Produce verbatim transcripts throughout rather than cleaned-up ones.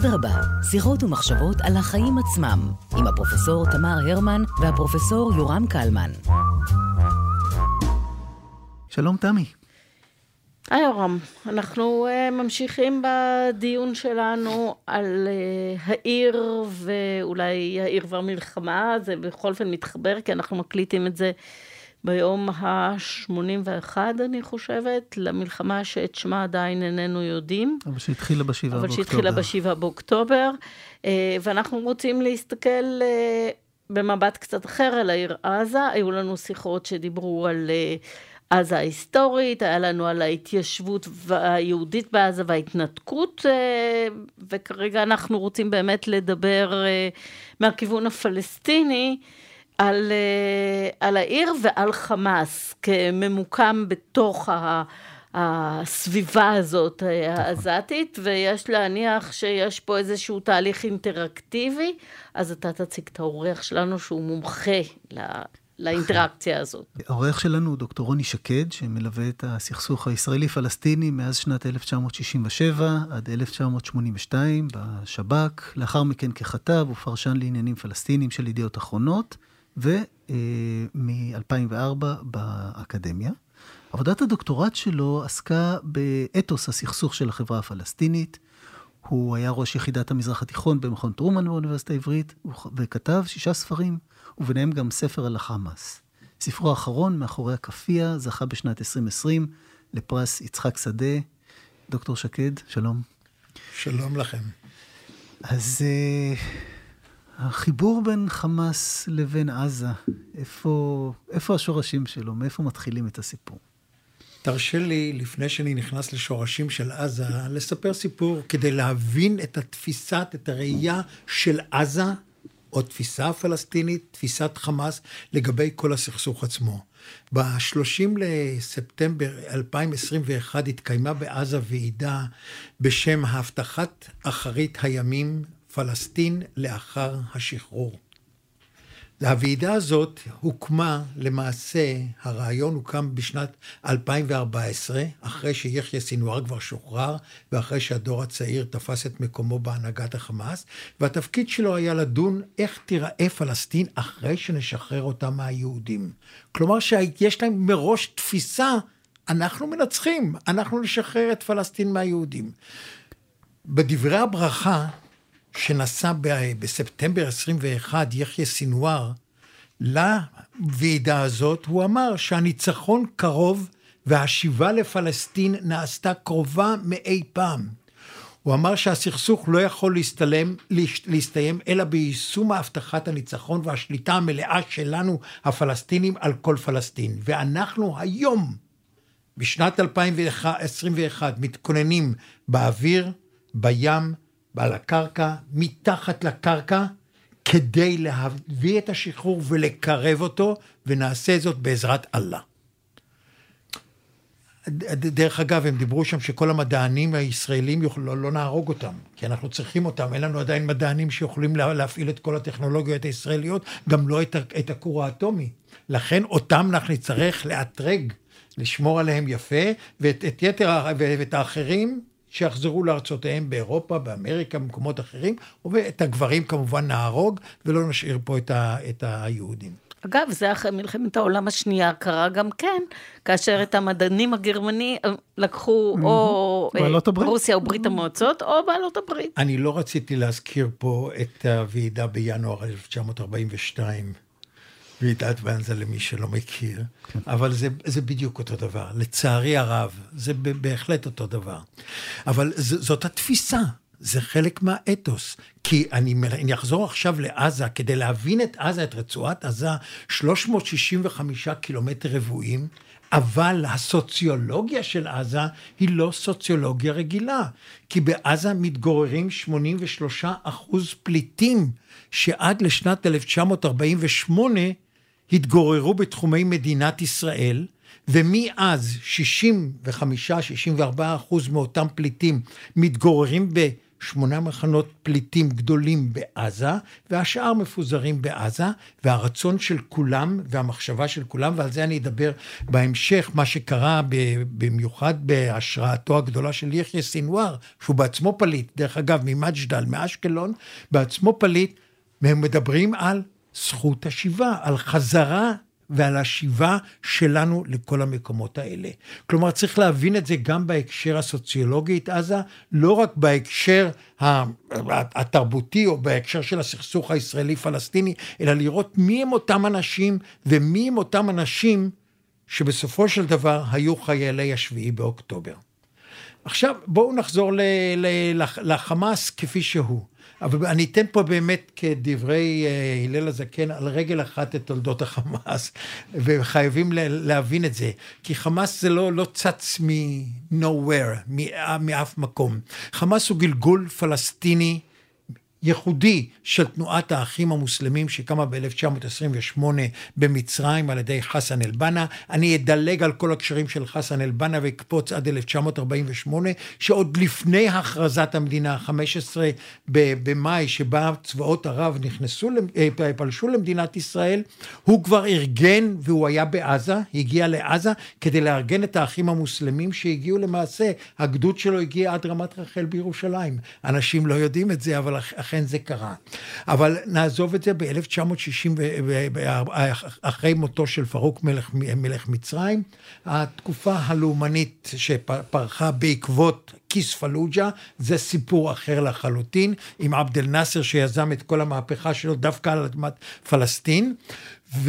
אדרבה, שיחות ומחשבות על החיים עצמם, עם הפרופסור תמר הרמן והפרופסור יורם קלמן. שלום תמי. היי יורם, אנחנו uh, ממשיכים בדיון שלנו על uh, העיר ואולי העיר והמלחמה. זה בכל אופן מתחבר כי אנחנו מקליטים את זה ביום ה-שמונים ואחת, אני חושבת, למלחמה שאת שמה עדיין איננו יודעים. אבל שהתחילה בשבעה באוקטובר. אבל שהתחילה בשבעה באוקטובר, uh, ואנחנו רוצים להסתכל uh, במבט קצת אחר על העיר עזה. היו לנו שיחות שדיברו על Uh, עזה ההיסטורית, היה לנו על ההתיישבות היהודית בעזה וההתנתקות, וכרגע אנחנו רוצים באמת לדבר מהכיוון הפלסטיני על, על העיר ועל חמאס, כממוקם בתוך הסביבה הזאת העזתית, ויש להניח שיש פה איזשהו תהליך אינטראקטיבי. אז אתה תציג את האורח שלנו שהוא מומחה ל... לאינטראקציה הזאת. העורך שלנו הוא דוקטור רוני שקד, שמלווה את הסכסוך הישראלי-פלסטיני מאז שנת אלף תשע מאות שישים ושבע עד אלף תשע מאות שמונים ושתיים בשב"כ, לאחר מכן ככתב ופרשן לעניינים פלסטינים של ידיעות אחרונות, ומ-אלפיים וארבע באקדמיה. עבודת הדוקטורט שלו עסקה באתוס הסכסוך של החברה הפלסטינית. הוא היה ראש יחידת המזרח התיכון במכון טרומן באוניברסיטה העברית, וכתב שישה ספרים, וביניהם גם ספר על החמאס. ספרו האחרון, מאחורי הכפייה, זכה בשנת עשרים עשרים לפרס יצחק שדה. דוקטור שקד, שלום. שלום לכם. אז uh, החיבור בין חמאס לבין עזה, איפה, איפה השורשים שלו? מאיפה מתחילים את הסיפור? תרשה לי, לפני שאני נכנס לשורשים של עזה, לספר סיפור כדי להבין את התפיסת, את הראייה של עזה, או תפיסה פלסטינית, תפיסת חמאס, לגבי כל הסכסוך עצמו. ב-שלושים לספטמבר אלפיים עשרים ואחת התקיימה בעזה ועידה בשם הבטחת אחרית הימים, פלסטין לאחר השחרור. הוועידה הזאת הוקמה, למעשה הרעיון הוקם בשנת אלפיים וארבע עשרה, אחרי שיחיא סינואר כבר שוחרר, ואחרי שהדור הצעיר תפס את מקומו בהנהגת החמאס, והתפקיד שלו היה לדון איך תיראה פלסטין אחרי שנשחרר אותה מהיהודים. כלומר שיש להם מראש תפיסה, אנחנו מנצחים, אנחנו נשחרר את פלסטין מהיהודים. בדברי הברכה, שנשא בספטמבר עשרים ואחת יחיא סינואר לוועידה הזאת, הוא אמר שהניצחון קרוב והשיבה לפלסטין נעשתה קרובה מאי פעם. הוא אמר שהסכסוך לא יכול להסתלם, להסתיים אלא ביישום ההבטחת הניצחון והשליטה המלאה שלנו הפלסטינים על כל פלסטין. ואנחנו היום בשנת אלפיים עשרים ואחת מתכוננים באוויר, בים, על הקרקע, מתחת לקרקע, כדי להביא את השחרור ולקרב אותו, ונעשה זאת בעזרת אללה. דרך אגב, הם דיברו שם שכל המדענים הישראלים יוכלו, לא נהרוג אותם, כי אנחנו צריכים אותם, אין לנו עדיין מדענים שיכולים להפעיל את כל הטכנולוגיות הישראליות, גם לא את, את הכור האטומי. לכן אותם אנחנו נצטרך לאתרג, לשמור עליהם יפה, ואת את יתר, ואת האחרים, שיחזרו לארצותיהם באירופה, באמריקה, במקומות אחרים, ואת הגברים כמובן נהרוג, ולא נשאיר פה את, ה, את היהודים. אגב, זה אחרי מלחמת העולם השנייה קרה גם כן, כאשר את המדענים הגרמנים לקחו או רוסיה או ברית המועצות, או בעלות הברית. אני לא רציתי להזכיר פה את הוועידה בינואר אלף תשע מאות ארבעים ושתיים, ועידת ואנזה למי שלא מכיר, אבל זה, זה בדיוק אותו דבר. לצערי הרב, זה בהחלט אותו דבר. אבל ז, זאת התפיסה, זה חלק מהאתוס. כי אני, אני אחזור עכשיו לעזה, כדי להבין את עזה, את רצועת עזה, שלוש מאות שישים וחמישה קילומטר רבועים, אבל הסוציולוגיה של עזה היא לא סוציולוגיה רגילה, כי בעזה מתגוררים שמונים ושלושה אחוז פליטים, שעד לשנת אלף תשע מאות ארבעים ושמונה התגוררו בתחומי מדינת ישראל, ומאז שישים וחמישה עד שישים וארבעה אחוז מאותם פליטים מתגוררים שמונה מחנות פליטים גדולים בעזה, והשאר מפוזרים בעזה, והרצון של כולם, והמחשבה של כולם, ועל זה אני אדבר בהמשך, מה שקרה במיוחד בהשראתו הגדולה של יחיא סינואר, שהוא בעצמו פליט, דרך אגב, ממג'דל, מאשקלון, בעצמו פליט, והם מדברים על זכות השיבה, על חזרה ועל השיבה שלנו לכל המקומות האלה. כלומר, צריך להבין את זה גם בהקשר הסוציולוגי את עזה, לא רק בהקשר התרבותי או בהקשר של הסכסוך הישראלי-פלסטיני, אלא לראות מי הם אותם אנשים ומי הם אותם אנשים שבסופו של דבר היו חיילי השביעי באוקטובר. עכשיו, בואו נחזור ל- ל- לחמאס כפי שהוא. אבל אני אתן פה באמת כדברי הלל הזקן על רגל אחת את תולדות החמאס, וחייבים להבין את זה, כי חמאס זה לא, לא צץ מ-nowhere, מאף מקום. חמאס הוא גלגול פלסטיני ייחודי של תנועת האחים המוסלמים שקמה ב-אלף תשע מאות עשרים ושמונה במצרים על ידי חסן אל-בנה. אני אדלג על כל הקשרים של חסן אל-בנה ואקפוץ עד אלף תשע מאות ארבעים ושמונה, שעוד לפני הכרזת המדינה, חמישה עשר במאי, שבה צבאות ערב נכנסו, פלשו למדינת ישראל, הוא כבר ארגן, והוא היה בעזה, הגיע לעזה, כדי לארגן את האחים המוסלמים שהגיעו למעשה, הגדוד שלו הגיע עד רמת רחל בירושלים. אנשים לא יודעים את זה, אבל אכן זה קרה. אבל נעזוב את זה ב-אלף תשע מאות שישים, אחרי מותו של פרוק מלך, מלך מצרים, התקופה הלאומנית שפרחה בעקבות כיס פלוג'ה, זה סיפור אחר לחלוטין, עם עבד אל נאסר שיזם את כל המהפכה שלו דווקא על אדמת פלסטין, ו...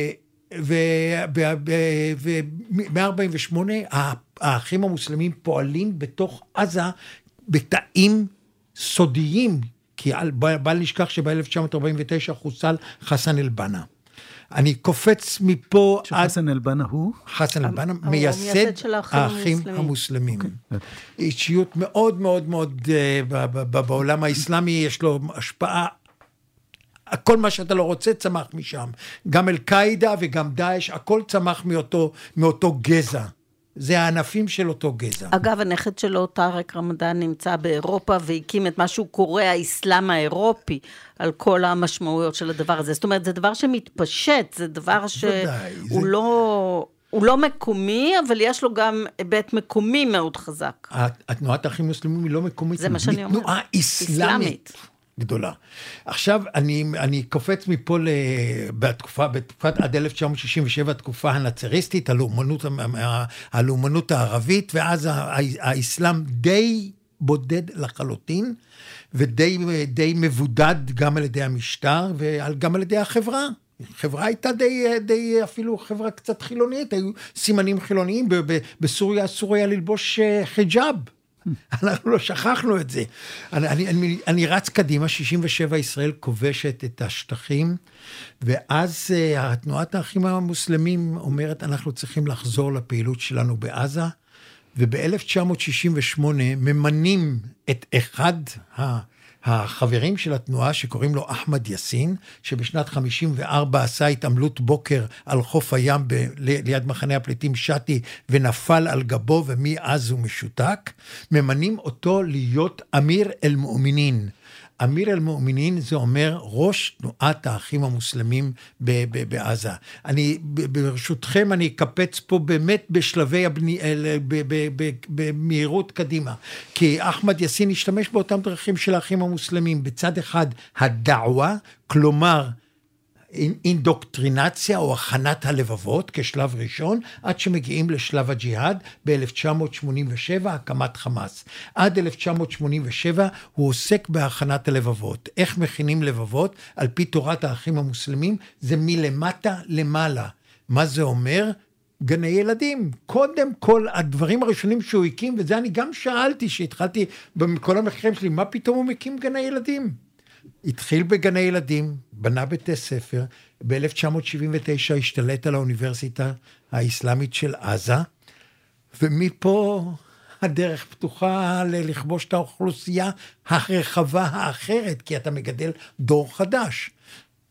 ב-מאה ארבעים ושמונה האחים המוסלמים פועלים בתוך עזה בתאים סודיים, כי בל נשכח שב-אלף תשע מאות ארבעים ותשע חוסל חסן אל-בנה. אני קופץ מפה... שחסן אל-בנה הוא? חסן אל-בנה, מייסד האחים המוסלמים. אישיות מאוד מאוד מאוד בעולם האסלאמי, יש לו השפעה, כל מה שאתה לא רוצה צמח משם. גם אל-קאידה וגם דאעש, הכל צמח מאותו, מאותו גזע. זה הענפים של אותו גזע. אגב, הנכד שלו, טארק רמדאן, נמצא באירופה, והקים את מה שהוא קורא האסלאם האירופי, על כל המשמעויות של הדבר הזה. זאת אומרת, זה דבר שמתפשט, זה דבר שהוא לא... הוא לא מקומי, אבל יש לו גם היבט מקומי מאוד חזק. התנועת האחים המוסלמים היא לא מקומית. זה מה שאני אומרת. תנועה אסלאמית. גדולה. עכשיו, אני, אני קופץ מפה בתקופה, בתקופת עד אלף תשע מאות שישים ושבע, התקופה הנצריסטית, הלאומנות, הלאומנות הערבית, ואז האסלאם די בודד לחלוטין, ודי די מבודד גם על ידי המשטר, וגם על ידי החברה. חברה הייתה די, די אפילו חברה קצת חילונית, היו סימנים חילוניים, בסוריה אסור היה ללבוש חיג'אב. אנחנו לא שכחנו את זה. אני, אני, אני, אני רץ קדימה, שישים ושבע ישראל כובשת את השטחים, ואז uh, התנועת האחים המוסלמים אומרת, אנחנו צריכים לחזור לפעילות שלנו בעזה, וב-אלף תשע מאות שישים ושמונה ממנים את אחד ה... החברים של התנועה שקוראים לו אחמד יאסין, שבשנת חמישים וארבע עשה התעמלות בוקר על חוף הים ב- ליד מחנה הפליטים שתי, ונפל על גבו, ומאז הוא משותק, ממנים אותו להיות אמיר אל-מואמינין. אמיר אל-מואמינין זה אומר ראש תנועת האחים המוסלמים ב- ב- בעזה. אני, ברשותכם, אני אקפץ פה באמת בשלבי הבני, ב- ב- ב- במהירות קדימה. כי אחמד יאסין השתמש באותם דרכים של האחים המוסלמים. בצד אחד הדעווה, כלומר, אינדוקטרינציה או הכנת הלבבות כשלב ראשון, עד שמגיעים לשלב הג'יהאד ב-אלף תשע מאות שמונים ושבע, הקמת חמאס. עד אלף תשע מאות שמונים ושבע הוא עוסק בהכנת הלבבות. איך מכינים לבבות? על פי תורת האחים המוסלמים, זה מלמטה למעלה. מה זה אומר? גני ילדים. קודם כל, הדברים הראשונים שהוא הקים, וזה אני גם שאלתי, שהתחלתי בכל המחקרים שלי, מה פתאום הוא מקים גני ילדים? התחיל בגני ילדים, בנה בתי ספר, ב-אלף תשע מאות שבעים ותשע השתלט על האוניברסיטה האסלאמית של עזה, ומפה הדרך פתוחה לכבוש את האוכלוסייה הרחבה האחרת, כי אתה מגדל דור חדש.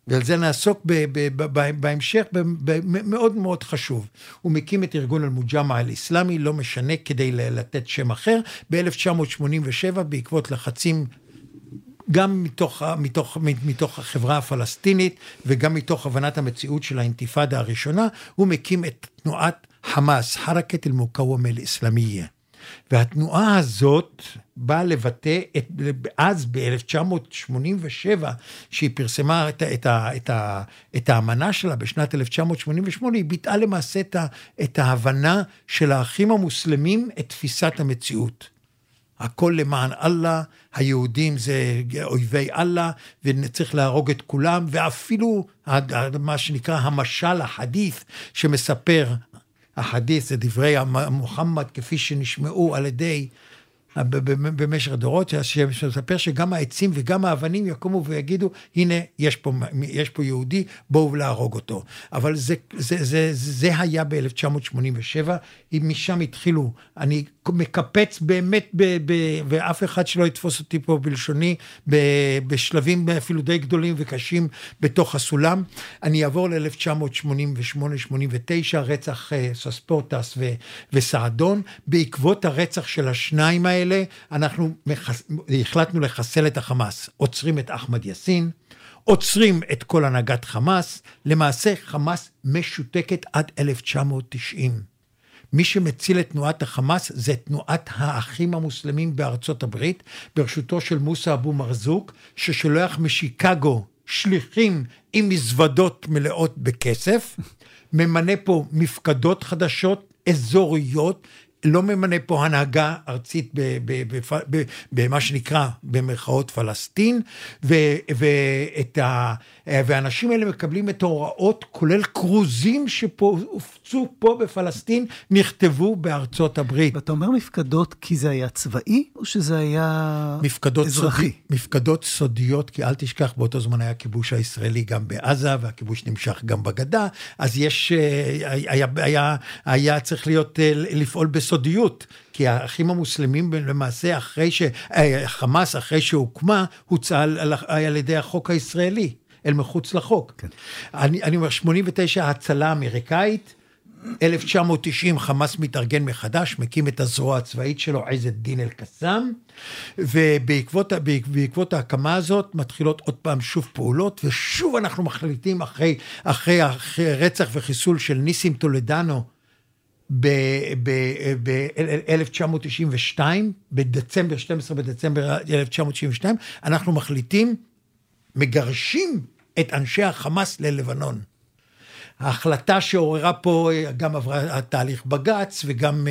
ועל זה נעסוק ב- ב- ב- בהמשך, ב- ב- מאוד מאוד חשוב. הוא מקים את ארגון אל-מוג'מע אל-איסלאמי, לא משנה כדי לתת שם אחר, ב-אלף תשע מאות שמונים ושבע, בעקבות לחצים, גם מתוך, מתוך, מתוך החברה הפלסטינית, וגם מתוך הבנת המציאות של האינתיפאדה הראשונה, הוא מקים את תנועת חמאס, חרקת אל-מוקאומה אל-איסלאמיה. והתנועה הזאת באה לבטא, את, אז ב-אלף תשע מאות שמונים ושבע, שהיא פרסמה את, את, את, את האמנה שלה בשנת אלף תשע מאות שמונים ושמונה, היא ביטאה למעשה את, את ההבנה של האחים המוסלמים את תפיסת המציאות. הכל למען אללה, היהודים זה אויבי אללה, וצריך להרוג את כולם, ואפילו מה שנקרא המשל החדית' שמספר, החדית' זה דברי מוחמד כפי שנשמעו על ידי במשך הדורות, שמספר שגם העצים וגם האבנים יקומו ויגידו, הנה, יש פה, יש פה יהודי, בואו להרוג אותו. אבל זה, זה, זה, זה היה ב-אלף תשע מאות שמונים ושבע, משם התחילו, אני מקפץ באמת, ב, ב, ואף אחד שלא יתפוס אותי פה בלשוני, ב, בשלבים אפילו די גדולים וקשים בתוך הסולם. אני אעבור ל-אלף תשע מאות שמונים ושמונה שמונים ותשע, רצח סספורטס ו, וסעדון, בעקבות הרצח של השניים האלה, אנחנו מחס... החלטנו לחסל את החמאס, עוצרים את אחמד יאסין, עוצרים את כל הנהגת חמאס, למעשה חמאס משותקת עד אלף תשע מאות תשעים. מי שמציל את תנועת החמאס זה תנועת האחים המוסלמים בארצות הברית, בראשותו של מוסא אבו מרזוק, ששולח משיקגו שליחים עם מזוודות מלאות בכסף, ממנה פה מפקדות חדשות, אזוריות, לא ממנה פה הנהגה ארצית במה שנקרא במרכאות פלסטין, ואת ה... והאנשים האלה מקבלים את ההוראות, כולל קרוזים שהופצו פה בפלסטין, נכתבו בארצות הברית. ואתה אומר מפקדות כי זה היה צבאי, או שזה היה מפקדות אזרחי? סודי, מפקדות סודיות, כי אל תשכח, באותו זמן היה כיבוש הישראלי גם בעזה, והכיבוש נמשך גם בגדה, אז יש, היה, היה, היה צריך להיות, לפעול בסודיות, כי האחים המוסלמים למעשה אחרי ש... חמאס אחרי שהוקמה, הוצא על, על ידי החוק הישראלי. אל מחוץ לחוק. כן. אני, אני אומר, שמונים ותשע, ההצלה האמריקאית, אלף תשע מאות תשעים, חמאס מתארגן מחדש, מקים את הזרוע הצבאית שלו, עז א-דין אל-קסאם, ובעקבות בעקבות ההקמה הזאת, מתחילות עוד פעם שוב פעולות, ושוב אנחנו מחליטים אחרי, אחרי, אחרי רצח וחיסול של ניסים טולדנו, ב-אלף תשע מאות תשעים ושתיים, בדצמבר, שנים עשר בדצמבר אלף תשע מאות תשעים ושתיים, אנחנו מחליטים, מגרשים את אנשי החמאס ללבנון. ההחלטה שעוררה פה גם עברה התהליך בגץ, וגם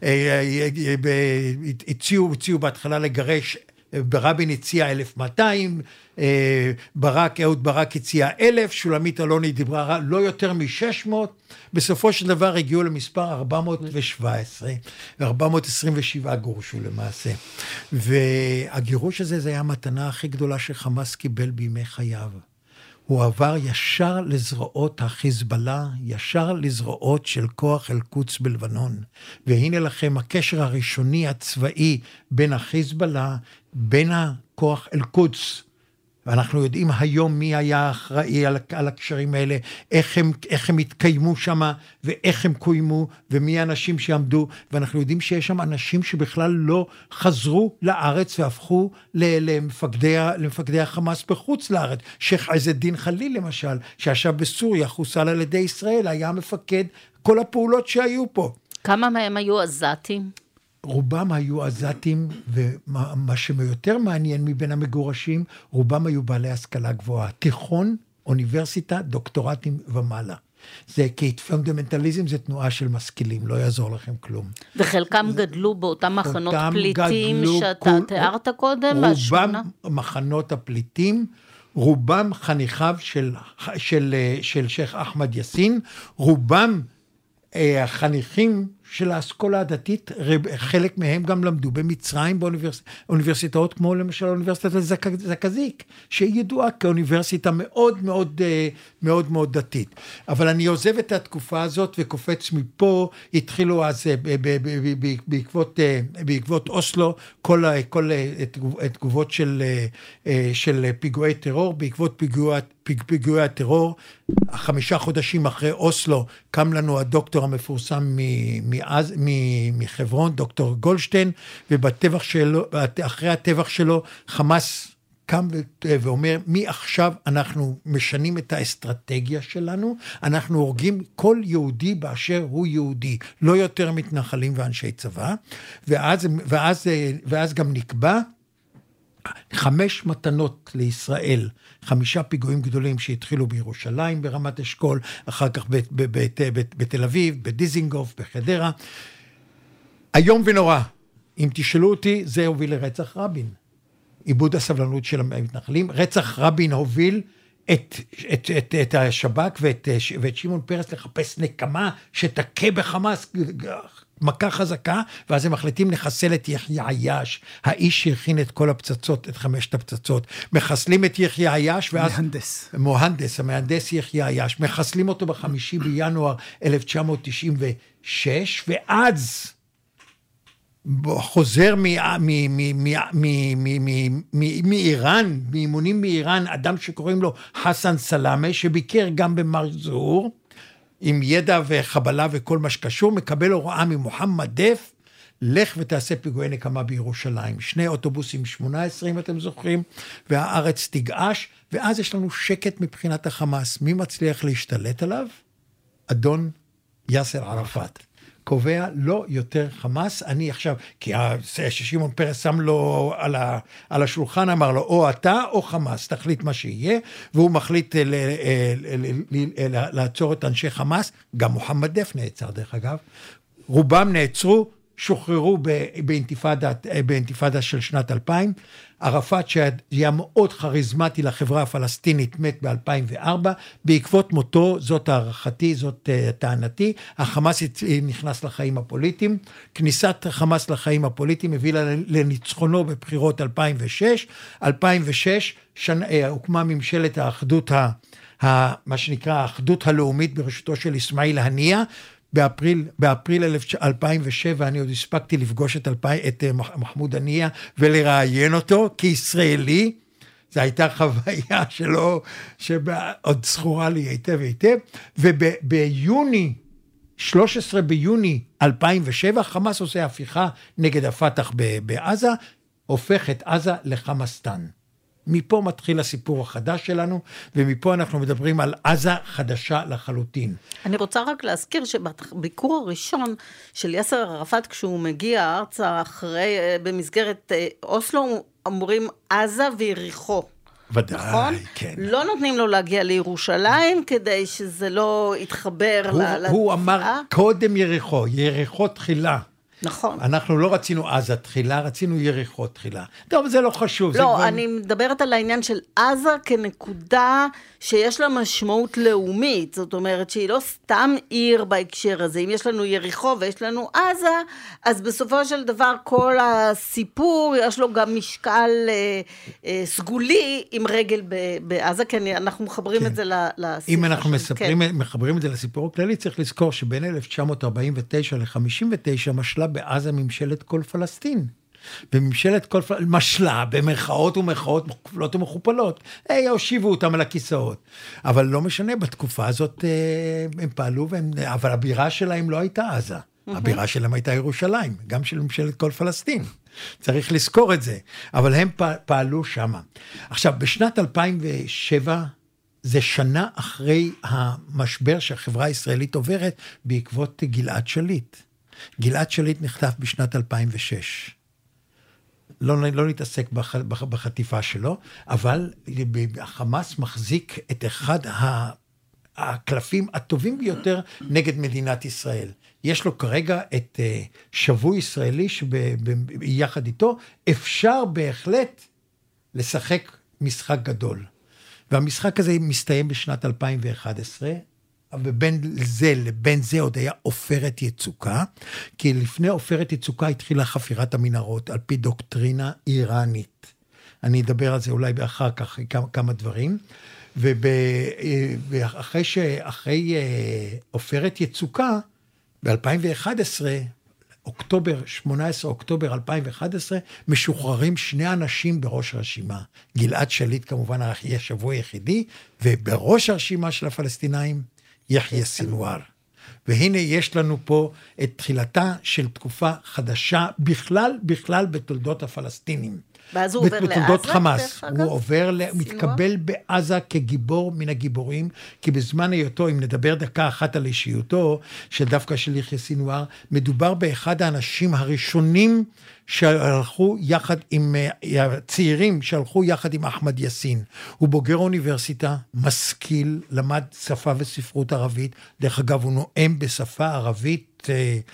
הציעו, הציעו בהתחלה לגרש, ברבין הציע אלף מאתיים, ברק, אהוד ברק הציע אלף, שולמית אלוני דיברה לא יותר מ-שש מאות, בסופו של דבר הגיעו למספר ארבע מאות שבע עשרה, ו-ארבע מאות עשרים ושבע גורשו למעשה. והגירוש הזה זה היה המתנה הכי גדולה שחמאס קיבל בימי חייו. הוא עבר ישר לזרועות החיזבאללה, ישר לזרועות של כוח אל-קודס בלבנון. והנה לכם הקשר הראשוני הצבאי בין החיזבאללה, בין הכוח אל-קודס. ואנחנו יודעים היום מי היה אחראי על, על הקשרים האלה, איך הם, איך הם התקיימו שם, ואיך הם קוימו, ומי האנשים שעמדו, ואנחנו יודעים שיש שם אנשים שבכלל לא חזרו לארץ, והפכו למפקדי, למפקדי החמאס בחוץ לארץ. שייח עז א-דין חליל למשל, שישב בסוריה, חוסל על ידי ישראל, היה מפקד כל הפעולות שהיו פה. כמה מהם היו עזתים? רובם היו עזתים, ומה שיותר מעניין מבין המגורשים, רובם היו בעלי השכלה גבוהה. תיכון, אוניברסיטה, דוקטורטים ומעלה. זה כי פונדמנטליזם זה תנועה של משכילים, לא יעזור לכם כלום. וחלקם גדלו באותם מחנות פליטים גדלו, שאתה כל, תיארת קודם? רובם השונה? מחנות הפליטים, רובם חניכיו של, של, של שייח אחמד יאסין, רובם החניכים של האסכולה הדתית, חלק מהם גם למדו במצרים, באוניברסיטאות כמו למשל האוניברסיטת זקזיק, שהיא ידועה כאוניברסיטה מאוד מאוד מאוד מאוד דתית. אבל אני עוזב את התקופה הזאת וקופץ מפה, התחילו אז בעקבות, בעקבות אוסלו, כל, כל תגובות של, של פיגועי טרור, בעקבות פיגוע, פיגועי הטרור, חמישה חודשים אחרי אוסלו, קם לנו הדוקטור המפורסם מאז, מחברון, דוקטור גולדשטיין, ובטבח שלו, אחרי הטבח שלו, חמאס קם ואומר, מעכשיו אנחנו משנים את האסטרטגיה שלנו, אנחנו הורגים כל יהודי באשר הוא יהודי, לא יותר מתנחלים ואנשי צבא, ואז, ואז, ואז גם נקבע, חמש מתנות לישראל, חמישה פיגועים גדולים שהתחילו בירושלים, ברמת אשכול, אחר כך ב- ב- ב- ב- בתל אביב, בדיזינגוף, בחדרה. היום ונורא, אם תשאלו אותי, זה הוביל לרצח רבין. איבוד הסבלנות של המתנחלים. רצח רבין הוביל את, את, את, את השב"כ ואת, ואת שמעון פרס לחפש נקמה שתכה בחמאס, מכה חזקה, ואז הם מחליטים לחסל את יחיא עיאש, האיש שהכין את כל הפצצות, את חמשת הפצצות, מחסלים את יחיא עיאש, ואז... מהנדס. מוהנדס, המהנדס יחיא עיאש, מחסלים אותו בחמישי בינואר אלף תשע מאות תשעים ושש, ואז חוזר מאיראן, מאימונים מאיראן, אדם שקוראים לו חסן סלאמה, שביקר גם במרזור, עם ידע וחבלה וכל מה שקשור, מקבל הוראה ממוחמד דף, לך ותעשה פיגועי נקמה בירושלים. שני אוטובוסים שמונה עשרה, אם אתם זוכרים, והארץ תגעש, ואז יש לנו שקט מבחינת החמאס. מי מצליח להשתלט עליו? אדון יאסר ערפאת. קובע לא יותר חמאס, אני עכשיו, כי שמעון פרס שם לו על, ה, על השולחן, אמר לו, או אתה או חמאס, תחליט מה שיהיה, והוא מחליט ל, ל, ל, ל, ל, לעצור את אנשי חמאס, גם מוחמד דף נעצר דרך אגב, רובם נעצרו, שוחררו באינתיפאדה, באינתיפאדה של שנת אלפיים, ערפאת שהיה מאוד חריזמטי לחברה הפלסטינית מת ב-אלפיים וארבע, בעקבות מותו, זאת הערכתי, זאת טענתי, החמאס נכנס לחיים הפוליטיים, כניסת החמאס לחיים הפוליטיים הביאה לניצחונו בבחירות אלפיים ושש, אלפיים ושש שנה, הוקמה ממשלת האחדות, ה, ה, מה שנקרא האחדות הלאומית בראשותו של אסמאעיל הנייה, באפריל, באפריל אלפיים ושבע אני עוד הספקתי לפגוש את, אלפיים, את מחמוד הנייה ולראיין אותו כישראלי, זו הייתה חוויה שלו, שעוד זכורה לי היטב היטב, וביוני, שלושה עשר ביוני אלפיים ושבע, חמאס עושה הפיכה נגד הפתח בעזה, הופך את עזה לחמאסטן. מפה מתחיל הסיפור החדש שלנו, ומפה אנחנו מדברים על עזה חדשה לחלוטין. אני רוצה רק להזכיר שבביקור הראשון של יאסר ערפאת, כשהוא מגיע ארצה אחרי, במסגרת אוסלו, אמורים עזה ויריחו. ודאי, נכון? כן. לא נותנים לו להגיע לירושלים, כדי שזה לא יתחבר לתפיסה. הוא אמר קודם יריחו, יריחו תחילה. נכון. אנחנו לא רצינו עזה תחילה, רצינו יריחו תחילה. טוב, זה לא חשוב. לא, כבר... אני מדברת על העניין של עזה כנקודה שיש לה משמעות לאומית, זאת אומרת שהיא לא סתם עיר בהקשר הזה. אם יש לנו יריחו ויש לנו עזה, אז בסופו של דבר כל הסיפור, יש לו גם משקל אה, אה, סגולי עם רגל ב- בעזה, כי אני, אנחנו מחברים כן. את זה לסיפור. אם אנחנו מספרים, כן. מחברים את זה לסיפור הכללי, צריך לזכור שבין אלף תשע מאות ארבעים ותשע ל-חמישים ותשע משלה בעזה ממשלת כל פלסטין. בממשלת כל פלסטין, משלה במרכאות ומרכאות כפולות ומכופלות. היי, הושיבו אותם על הכיסאות. אבל לא משנה, בתקופה הזאת הם פעלו, והם, אבל הבירה שלהם לא הייתה עזה. הבירה שלהם הייתה ירושלים, גם של ממשלת כל פלסטין. צריך לזכור את זה. אבל הם פעלו שם. עכשיו, בשנת אלפיים ושבע, זה שנה אחרי המשבר שהחברה הישראלית עוברת, בעקבות גלעד שליט. גלעד שליט נחטף בשנת אלפיים ושש. לא, לא נתעסק בח, בח, בחטיפה שלו, אבל החמאס מחזיק את אחד הקלפים הטובים ביותר נגד מדינת ישראל. יש לו כרגע את שבוי ישראלי שביחד איתו אפשר בהחלט לשחק משחק גדול. והמשחק הזה מסתיים בשנת אלפיים ואחת עשרה, ובין זה לבין זה עוד היה עופרת יצוקה, כי לפני עופרת יצוקה התחילה חפירת המנהרות, על פי דוקטרינה איראנית. אני אדבר על זה אולי באחר כך כמה, כמה דברים, ואחרי שאחרי עופרת יצוקה, ב-אלפיים ואחת עשרה, אוקטובר, שמונה עשרה אוקטובר אלפיים ואחת עשרה, משוחררים שני אנשים בראש הרשימה. גלעד שליט כמובן יהיה שבוע יחידי, ובראש הרשימה של הפלסטינאים, יחיא סינואר. והנה יש לנו פה את תחילתה של תקופה חדשה, בכלל, בכלל בתולדות הפלסטינים. ואז הוא עובר לעזה, בתולדות חמאס. הוא עובר, מתקבל בעזה כגיבור מן הגיבורים, כי בזמן היותו, אם נדבר דקה אחת על אישיותו, שדווקא של יחיא סינואר, מדובר באחד האנשים הראשונים שהלכו יחד עם הצעירים, שהלכו יחד עם אחמד יאסין. הוא בוגר אוניברסיטה, משכיל, למד שפה וספרות ערבית, דרך אגב הוא נואם בשפה ערבית,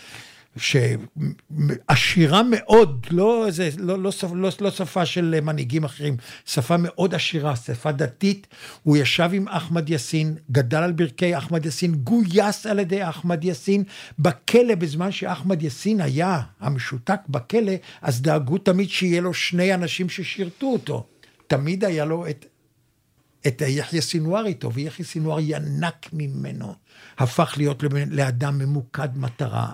שעשירה מאוד, לא, זה, לא, לא, לא, לא שפה של מנהיגים אחרים, שפה מאוד עשירה, שפה דתית. הוא ישב עם אחמד יאסין, גדל על ברכי אחמד יאסין, גויס על ידי אחמד יאסין, בכלא בזמן שאחמד יאסין היה המשותק בכלא, אז דאגו תמיד שיהיה לו שני אנשים ששירתו אותו. תמיד היה לו את, את יחיא סינואר איתו, ויחיא סינואר ינק ממנו, הפך להיות לאדם ממוקד מטרה,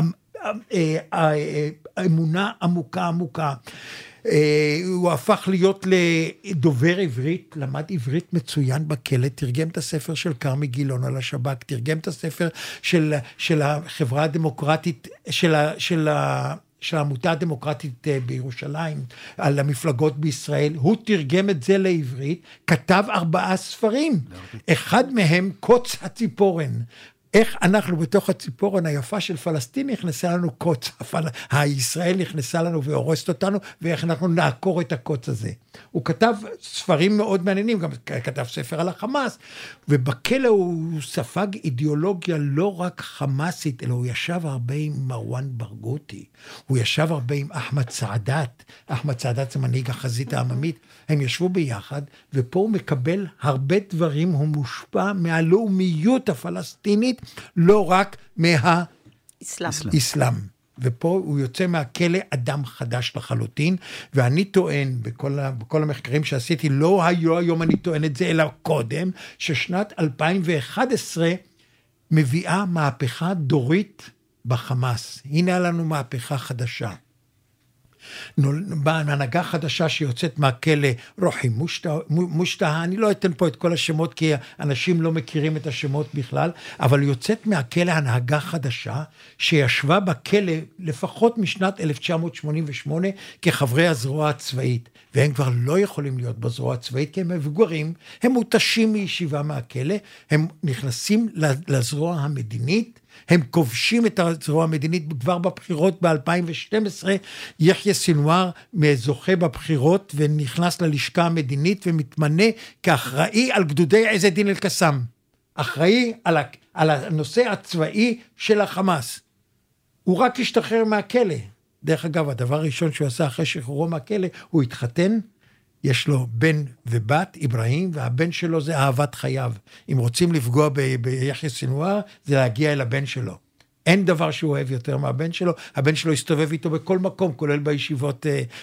האמונה עמוקה עמוקה. הוא הפך להיות לדובר עברית, למד עברית מצוין בכלא, תרגם את הספר של קרמי גילון על השב"כ, תרגם את הספר של, של החברה הדמוקרטית, של, של, של העמותה הדמוקרטית בירושלים, על המפלגות בישראל. הוא תרגם את זה לעברית, כתב ארבעה ספרים, אחד מהם קוץ הציפורן. איך אנחנו בתוך הציפורן היפה של פלסטין נכנסה לנו קוץ, הישראל נכנסה לנו והורסת אותנו, ואיך אנחנו נעקור את הקוץ הזה. הוא כתב ספרים מאוד מעניינים, גם כתב ספר על החמאס, ובכלא הוא ספג אידיאולוגיה לא רק חמאסית, אלא הוא ישב הרבה עם מרואן ברגותי, הוא ישב הרבה עם אחמד סעדת, אחמד סעדת זה מנהיג החזית העממית, הם ישבו ביחד, ופה הוא מקבל הרבה דברים, הוא מושפע מהלאומיות הפלסטינית, לא רק מהאסלאם. ופה הוא יוצא מהכלא אדם חדש לחלוטין, ואני טוען, בכל, בכל המחקרים שעשיתי, לא היו היום אני טוען את זה, אלא קודם, ששנת אלפיים ואחת עשרה מביאה מהפכה דורית בחמאס. הנה לנו מהפכה חדשה. בהנהגה חדשה שיוצאת מהכלא, רוחי מושטה, אני לא אתן פה את כל השמות כי אנשים לא מכירים את השמות בכלל, אבל יוצאת מהכלא הנהגה חדשה שישבה בכלא לפחות משנת אלף תשע מאות שמונים ושמונה כחברי הזרוע הצבאית, והם כבר לא יכולים להיות בזרוע הצבאית כי הם מבוגרים, הם מותשים מישיבה מהכלא, הם נכנסים לזרוע המדינית, הם כובשים את הזרוע המדינית כבר בבחירות ב-אלפיים ושתים עשרה, יחיא סינואר זוכה בבחירות ונכנס ללשכה המדינית ומתמנה כאחראי על גדודי עז א-דין אל-קסאם, אחראי על, על הנושא הצבאי של החמאס. הוא רק השתחרר מהכלא. דרך אגב, הדבר הראשון שהוא עשה אחרי שחרורו מהכלא, הוא התחתן, יש לו בן ובת, אברהים, והבן שלו זה אהבת חייו. אם רוצים לפגוע ביחיא סינואר, זה להגיע אל הבן שלו. אין דבר שהוא אוהב יותר מהבן שלו, הבן שלו הסתובב איתו בכל מקום, כולל בישיבות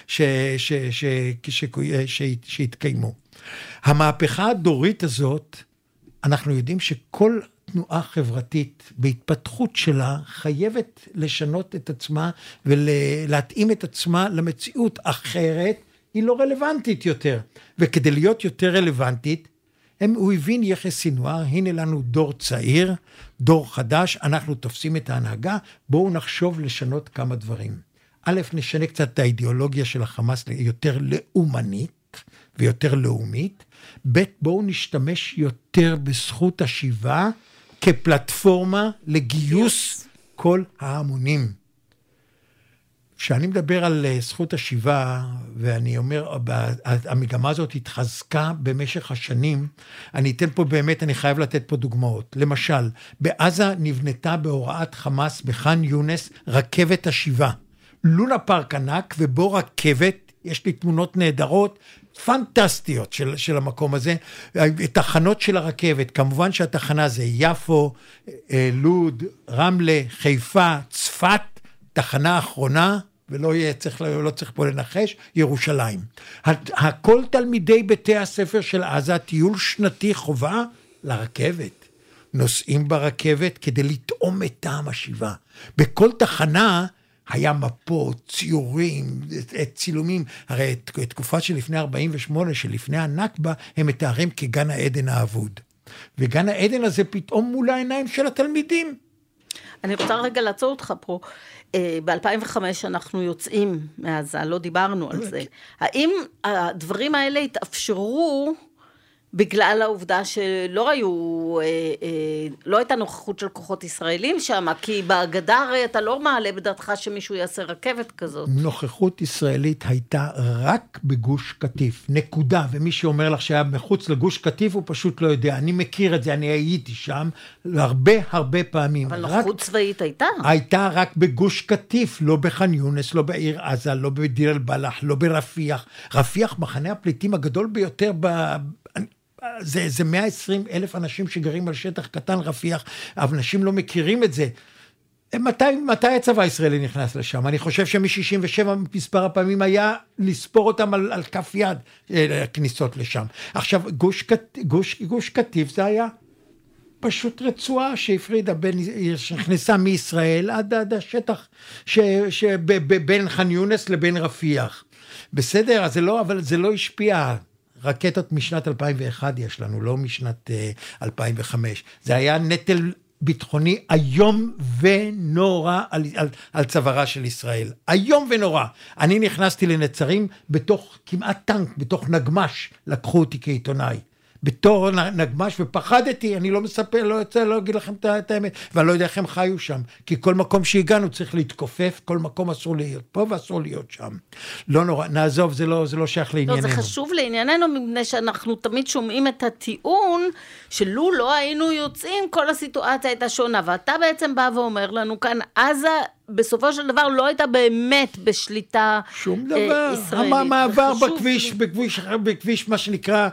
שהתקיימו. המהפכה הדורית הזאת, אנחנו יודעים שכל תנועה חברתית בהתפתחות שלה חייבת לשנות את עצמה ולהתאים את עצמה למציאות אחרת, היא לא רלוונטית יותר. וכדי להיות יותר רלוונטית, הם, הוא הבין יחיא סינואר, הנה לנו דור צעיר, דור חדש, אנחנו תופסים את ההנהגה, בואו נחשוב לשנות כמה דברים. א', נשנה קצת את האידיאולוגיה של החמאס ליותר לאומנית ויותר לאומית, ב', בואו נשתמש יותר בזכות השיבה כפלטפורמה לגיוס כל ההמונים. כשאני מדבר על זכות השיבה, ואני אומר, המגמה הזאת התחזקה במשך השנים, אני אתן פה באמת, אני חייב לתת פה דוגמאות. למשל, בעזה נבנתה בהוראת חמאס בח'אן יונס רכבת השיבה. לונה פארק ענק ובו רכבת, יש לי תמונות נהדרות, פנטסטיות של, של המקום הזה, תחנות של הרכבת, כמובן שהתחנה זה יפו, לוד, רמלה, חיפה, צפת, תחנה אחרונה, ולא יהיה צריך, לא צריך פה לנחש, ירושלים. הכל תלמידי בתי הספר של עזה, טיול שנתי חובה לרכבת. נוסעים ברכבת כדי לטעום את טעם השיבה. בכל תחנה היה מפות, ציורים, צילומים. הרי תקופה שלפני ארבעים ושמונה, שלפני הנכבה, הם מתארים כגן העדן האבוד. וגן העדן הזה פתאום מול העיניים של התלמידים. אני רוצה רגע לעצור אותך פה. ב-אלפיים וחמש אנחנו יוצאים מעזה, לא דיברנו על זה. האם הדברים האלה התאפשרו בגלל העובדה שלא היו, לא הייתה נוכחות של כוחות ישראלים שם, כי בהגדה הרי אתה לא מעלה בדעתך שמישהו יעשה רכבת כזאת. נוכחות ישראלית הייתה רק בגוש קטיף, נקודה, ומי שאומר לך שהיה מחוץ לגוש קטיף הוא פשוט לא יודע, אני מכיר את זה, אני הייתי שם הרבה הרבה פעמים. אבל נוכחות צבאית הייתה? הייתה רק בגוש קטיף, לא בח'אן יונס, לא בעיר עזה, לא בדיר אל-בלח, לא ברפיח. רפיח מחנה הפליטים הגדול ביותר ב... זה, זה מאה ועשרים אלף אנשים שגרים על שטח קטן רפיח, אבל אנשים לא מכירים את זה. מתי, מתי הצבא הישראלי נכנס לשם? אני חושב שמ-שישים ושבע מספר הפעמים היה לספור אותם על, על כף יד, כניסות לשם. עכשיו, גוש, גוש, גוש קטיף זה היה פשוט רצועה שהפרידה בין, שנכנסה מישראל עד, עד השטח ש, ש, ב, ב, בין ח'אן יונס לבין רפיח. בסדר? אז זה לא, אבל זה לא השפיע. רקטות משנת אלפיים ואחת יש לנו, לא משנת uh, אלפיים וחמש. זה היה נטל ביטחוני היום ונורא על, על, על צווארה של ישראל. היום ונורא. אני נכנסתי לנצרים בתוך כמעט טנק, בתוך נגמש, לקחו אותי כעיתונאי. בתור נגמש, ופחדתי, אני לא מספר, לא יוצא, לא אגיד לכם את האמת, ואני לא יודע איך הם חיו שם, כי כל מקום שהגענו צריך להתכופף, כל מקום אסור להיות פה ואסור להיות שם. לא נורא, נעזוב, זה לא, זה לא שייך לענייננו. לא, זה חשוב לענייננו, מפני שאנחנו תמיד שומעים את הטיעון, שלו לא היינו יוצאים, כל הסיטואציה הייתה שונה, ואתה בעצם בא ואומר לנו כאן, עזה בסופו של דבר לא הייתה באמת בשליטה שום דבר. ישראלית. המעבר בכביש, בכביש, בכביש מה שנקרא,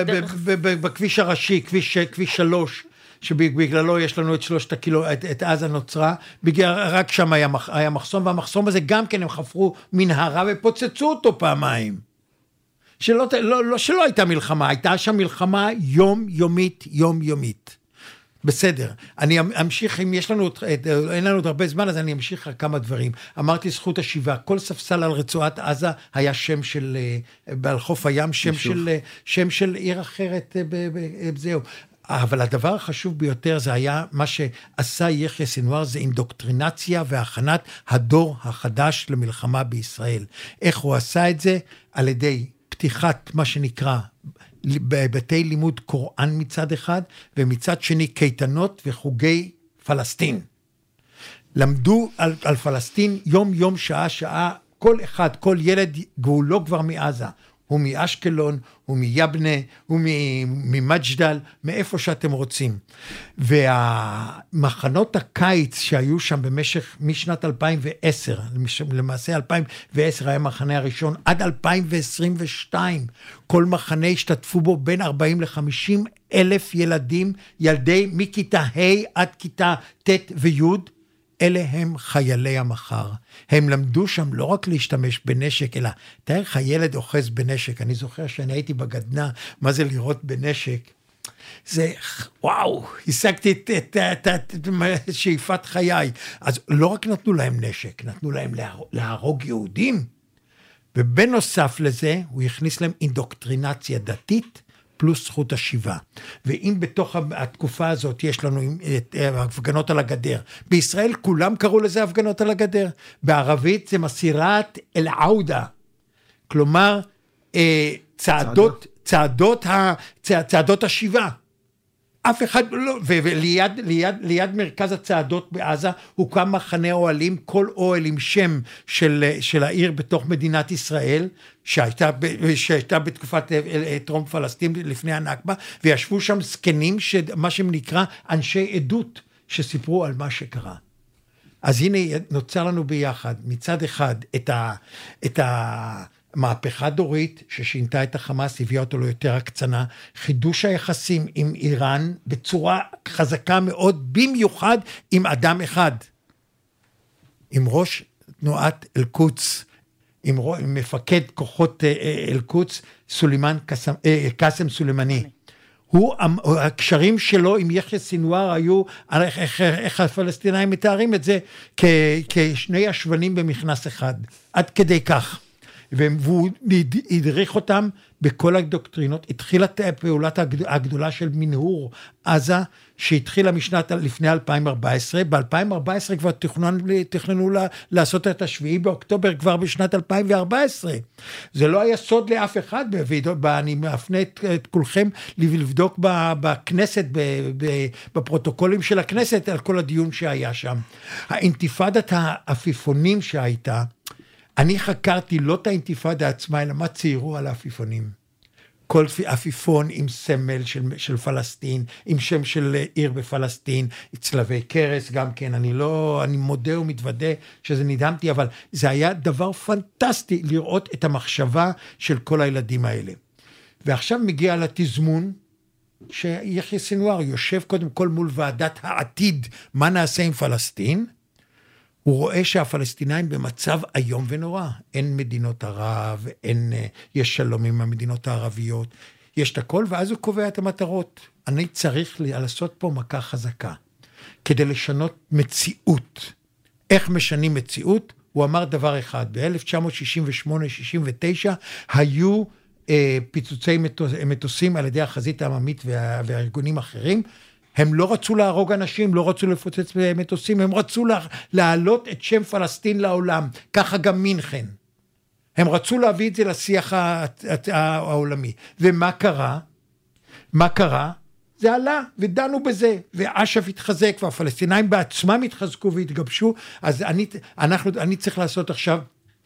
בכביש הראשי, כביש, כביש שלוש, שבגללו יש לנו את שלושת הקילו, את, את עזה נוצרה, בגלל, רק שם היה, היה מחסום, והמחסום הזה גם כן הם חפרו מנהרה ופוצצו אותו פעמיים. שלא, לא, לא, שלא הייתה מלחמה, הייתה שם מלחמה יום-יומית, יום-יומית. בסדר, אני אמשיך, אם יש לנו, אין לנו עוד הרבה זמן, אז אני אמשיך כמה דברים. אמרתי זכות השיבה, כל ספסל על רצועת עזה היה שם של, על חוף הים, שם של, שם של עיר אחרת, זהו. אבל הדבר החשוב ביותר זה היה מה שעשה יחיא סנוואר, זה אינדוקטרינציה והכנת הדור החדש למלחמה בישראל. איך הוא עשה את זה? על ידי פתיחת מה שנקרא בבתי לימוד קוראן מצד אחד, ומצד שני קייטנות וחוגי פלסטין. למדו על, על פלסטין יום יום שעה שעה, כל אחד, כל ילד, הוא לא כבר מעזה, הוא מאשקלון, הוא מיבנה, הוא ממג'דל, מאיפה שאתם רוצים. והמחנות הקיץ שהיו שם במשך, משנת אלפיים ועשר, למעשה אלפיים ועשר היה המחנה הראשון, עד אלפיים ועשרים ושתיים, כל מחנה השתתפו בו בין ארבעים לחמישים אלף ילדים, ילדי מכיתה ה' עד כיתה ט' וי', אלה הם חיילי המחר. הם למדו שם לא רק להשתמש בנשק, אלא תאר לך ילד אוחז בנשק. אני זוכר שאני הייתי בגדנה, מה זה לראות בנשק? זה, וואו, השגתי את, את, את, את, את שאיפת חיי. אז לא רק נתנו להם נשק, נתנו להם להרוג, להרוג יהודים. ובנוסף לזה, הוא הכניס להם אינדוקטרינציה דתית, פלוס זכות השיבה. ואם בתוך התקופה הזאת יש לנו הפגנות על הגדר, בישראל כולם קראו לזה הפגנות על הגדר, בערבית זה מסירת אל-עודה, כלומר צעדות, צעדות, צעדות השיבה. אף אחד לא, וליד ליד, ליד מרכז הצעדות בעזה הוקם מחנה אוהלים, כל אוהל עם שם של, של העיר בתוך מדינת ישראל, שהייתה, שהייתה בתקופת טרום פלסטין לפני הנכבה, וישבו שם זקנים, מה שנקרא אנשי עדות, שסיפרו על מה שקרה. אז הנה נוצר לנו ביחד, מצד אחד, את, ה, את מהפכה דורית ששינתה את החמאס, הביאה אותו ליותר הקצנה, חידוש היחסים עם איראן בצורה חזקה מאוד, במיוחד עם אדם אחד, עם ראש תנועת אל-קודס, עם, עם מפקד כוחות אל-קודס, סולימאן קאסם, קאסם סולימני. הוא, הקשרים שלו עם יחיא סינואר היו, איך, איך, איך הפלסטינאים מתארים את זה, כ, כשני השבנים במכנס אחד, עד כדי כך. והוא הדריך אותם בכל הדוקטרינות. התחילה פעולת הגדולה של מנהור עזה, שהתחילה משנת לפני אלפיים וארבע עשרה, ב-אלפיים וארבע עשרה כבר תכננו, תכננו לעשות את השביעי באוקטובר כבר בשנת אלפיים וארבע עשרה. זה לא היה סוד לאף אחד, אני מפנה את, את כולכם לבדוק בכנסת, בפרוטוקולים של הכנסת, על כל הדיון שהיה שם. האינתיפאדת העפיפונים שהייתה, אני חקרתי לא את האינתיפאדה עצמה, אלא מה ציירו על העפיפונים. כל עפיפון עם סמל של, של פלסטין, עם שם של עיר בפלסטין, צלבי קרס גם כן, אני לא, אני מודה ומתוודה שזה נדהמתי, אבל זה היה דבר פנטסטי לראות את המחשבה של כל הילדים האלה. ועכשיו מגיע לתזמון, שיחיא סינואר יושב קודם כל מול ועדת העתיד, מה נעשה עם פלסטין, הוא רואה שהפלסטינאים במצב היום ונורא, אין מדינות ערב, אין, יש שלום עם המדינות הערביות, יש את הכל, ואז הוא קובע את המטרות. אני צריך לעשות פה מכה חזקה, כדי לשנות מציאות. איך משנים מציאות? הוא אמר דבר אחד, ב-אלף תשע מאות שישים ושמונה שישים ותשע, היו אה, פיצוצי מטוס, מטוסים על ידי החזית העממית וה, והארגונים אחרים, הם לא רצו להרוג אנשים, לא רצו לפוצץ מטוסים, הם רצו לה, להעלות את שם פלסטין לעולם, ככה גם מינכן. הם רצו להביא את זה לשיח העולמי. ומה קרה? מה קרה? זה עלה, ודנו בזה, ואש"ף התחזק, והפלסטינאים בעצמם התחזקו והתגבשו, אז אני, אנחנו, אני צריך לעשות עכשיו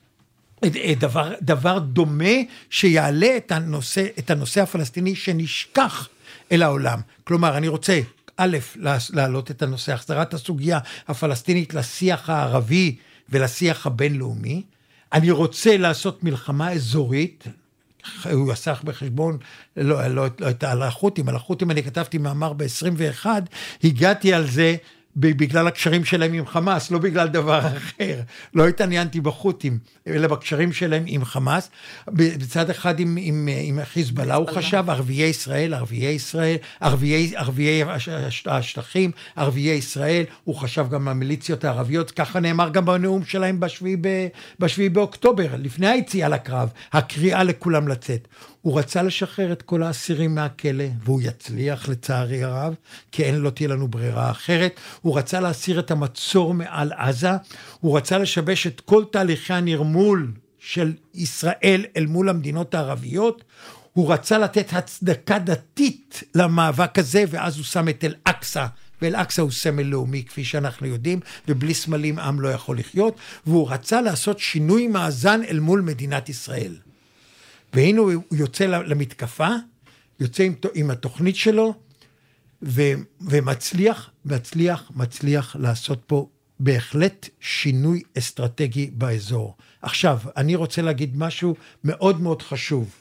דבר, דבר דומה, שיעלה את הנושא, את הנושא הפלסטיני שנשכח אל העולם. כלומר, אני רוצה א', להעלות את הנושא, החזרת הסוגיה הפלסטינית לשיח הערבי ולשיח הבינלאומי. אני רוצה לעשות מלחמה אזורית, הוא עשה בחשבון, לא, לא, לא על החות'ים, על החות'ים אני כתבתי מאמר ב-עשרים ואחת, הגעתי על זה בגלל הקשרים שלהם עם חמאס, לא בגלל דבר אחר, לא התעניינתי בחות'ים, אלא בקשרים שלהם עם חמאס, בצד אחד עם, עם, עם חיזבאללה, הוא חשב, ערביי ישראל, ערביי ישראל, ערביי, ערביי השטחים, ערביי ישראל, הוא חשב גם המיליציות הערביות, ככה נאמר גם בנאום שלהם בשביעי, בשביעי באוקטובר, לפני היציאה לקרב, הקריאה לכולם לצאת. הוא רצה לשחרר את כל האסירים מהכלא, והוא יצליח לצערי הרב, כי אין, לא תהיה לנו ברירה אחרת. הוא רצה להסיר את המצור מעל עזה, הוא רצה לשבש את כל תהליכי הנרמול של ישראל אל מול המדינות הערביות, הוא רצה לתת הצדקה דתית למאבק הזה, ואז הוא שם את אל-אקצא, ואל-אקצא הוא סמל לאומי, כפי שאנחנו יודעים, ובלי סמלים עם לא יכול לחיות, והוא רצה לעשות שינוי מאזן אל מול מדינת ישראל. והנה הוא יוצא למתקפה, יוצא עם, עם התוכנית שלו, ו, ומצליח, מצליח, מצליח לעשות פה בהחלט שינוי אסטרטגי באזור. עכשיו, אני רוצה להגיד משהו מאוד מאוד חשוב.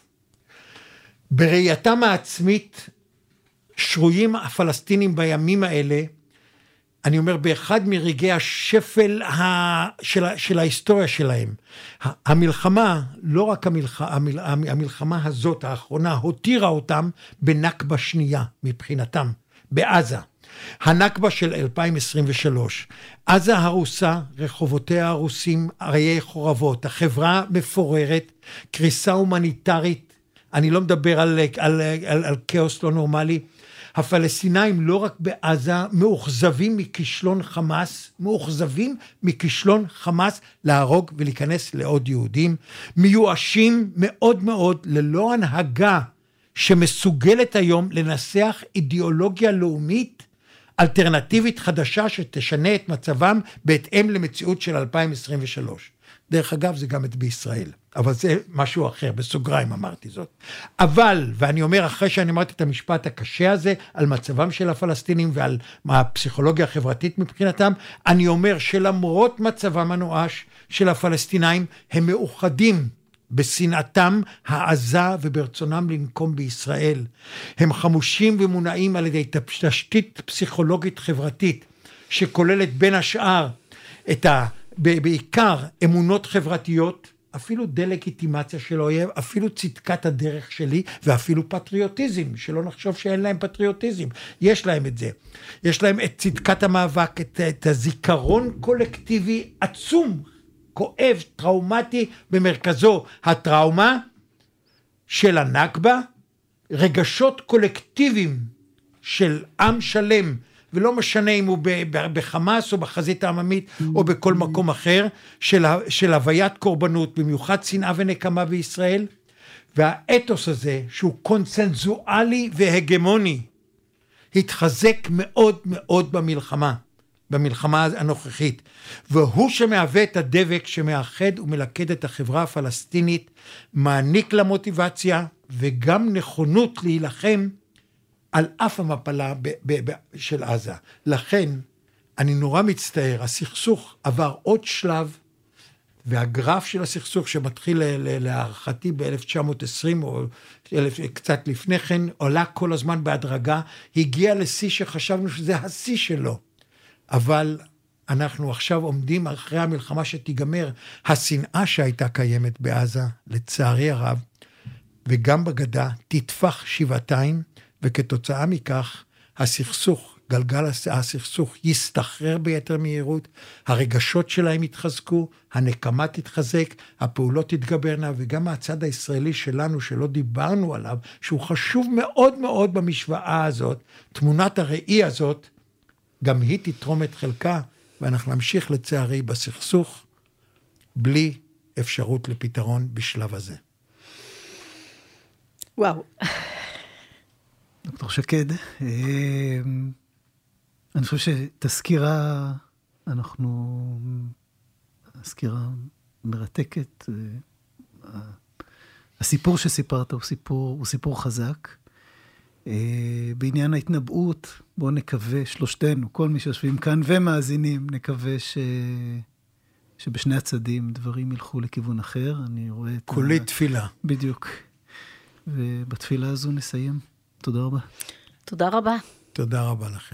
בראייתם העצמית, שרויים הפלסטינים בימים האלה, אני אומר, באחד מרגעי השפל ה... של, של ההיסטוריה שלהם. המלחמה, לא רק המלח... המל... המלחמה הזאת האחרונה, הותירה אותם בנכבה שנייה מבחינתם, בעזה. הנכבה של אלפיים עשרים ושלוש. עזה הרוסה, רחובותיה הרוסים, עריי חורבות, החברה מפוררת, קריסה הומניטרית, אני לא מדבר על, על, על, על כאוס לא נורמלי, הפלסטינאים לא רק בעזה מאוכזבים מכישלון חמאס, מאוכזבים מכישלון חמאס להרוג ולהיכנס לעוד יהודים, מיואשים מאוד מאוד ללא הנהגה שמסוגלת היום לנסח אידיאולוגיה לאומית אלטרנטיבית חדשה שתשנה את מצבם בהתאם למציאות של אלפיים עשרים ושלוש. דרך אגב, זה גם את בישראל, אבל זה משהו אחר, בסוגריים אמרתי זאת. אבל, ואני אומר אחרי שאני אמרתי את המשפט הקשה הזה, על מצבם של הפלסטינים ועל הפסיכולוגיה החברתית מבחינתם, אני אומר שלמרות מצבם הנואש של הפלסטינאים, הם מאוחדים בשנאתם העזה וברצונם לנקום בישראל. הם חמושים ומונעים על ידי תשתית פסיכולוגית חברתית, שכוללת בין השאר את ה... בעיקר אמונות חברתיות, אפילו דלגיטימציה של האויב, אפילו צדקת הדרך שלי, ואפילו פטריוטיזם, שלא נחשוב שאין להם פטריוטיזם. יש להם את זה. יש להם את צדקת המאבק, את, את הזיכרון קולקטיבי עצום, כואב, טראומטי, במרכזו הטראומה של הנכבה, רגשות קולקטיביים של עם שלם, ולא משנה אם הוא בחמאס או בחזית העממית או בכל מקום אחר, של, של הוויית קורבנות, במיוחד שנאה ונקמה בישראל, והאתוס הזה שהוא קונצנזואלי והגמוני, התחזק מאוד מאוד במלחמה, במלחמה הנוכחית, והוא שמהווה את הדבק שמאחד ומלכד את החברה הפלסטינית, מעניק לה מוטיבציה וגם נכונות להילחם על אף המפלה ב- ב- ב- של עזה. לכן, אני נורא מצטער, הסכסוך עבר עוד שלב, והגרף של הסכסוך שמתחיל להערכתי ב-אלף תשע מאות עשרים, או קצת לפני כן, עולה כל הזמן בהדרגה, הגיע לשיא שחשבנו שזה השיא שלו. אבל אנחנו עכשיו עומדים אחרי המלחמה שתיגמר, השנאה שהייתה קיימת בעזה, לצערי הרב, וגם בגדה, תטפח שבעתיים, וכתוצאה מכך, הסכסוך, גלגל הסכסוך יסתחרר ביתר מהירות, הרגשות שלהם יתחזקו, הנקמה תתחזק, הפעולות תתגברנה, וגם הצד הישראלי שלנו, שלא דיברנו עליו, שהוא חשוב מאוד מאוד במשוואה הזאת, תמונת הראי הזאת, גם היא תתרום את חלקה, ואנחנו נמשיך לצערי בסכסוך, בלי אפשרות לפתרון בשלב הזה. וואו. דוקטור שקד, אני חושב שתזכירה, אנחנו, תזכירה מרתקת, הסיפור שסיפרת הוא סיפור, הוא סיפור חזק, בעניין ההתנבאות, בואו נקווה שלושתנו, כל מי שיושבים כאן ומאזינים, נקווה ש... שבשני הצדים דברים ילכו לכיוון אחר, אני רואה את... כולי ה... תפילה. בדיוק. ובתפילה הזו נסיים. תודה רבה. תודה רבה. תודה רבה לכם.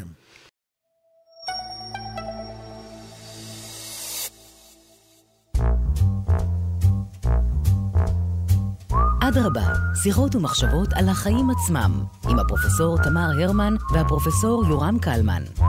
אדרבה, שיחות ומחשבות על החיים עצמם, עם הפרופסור תמר הרמן והפרופסור יורם קלמן.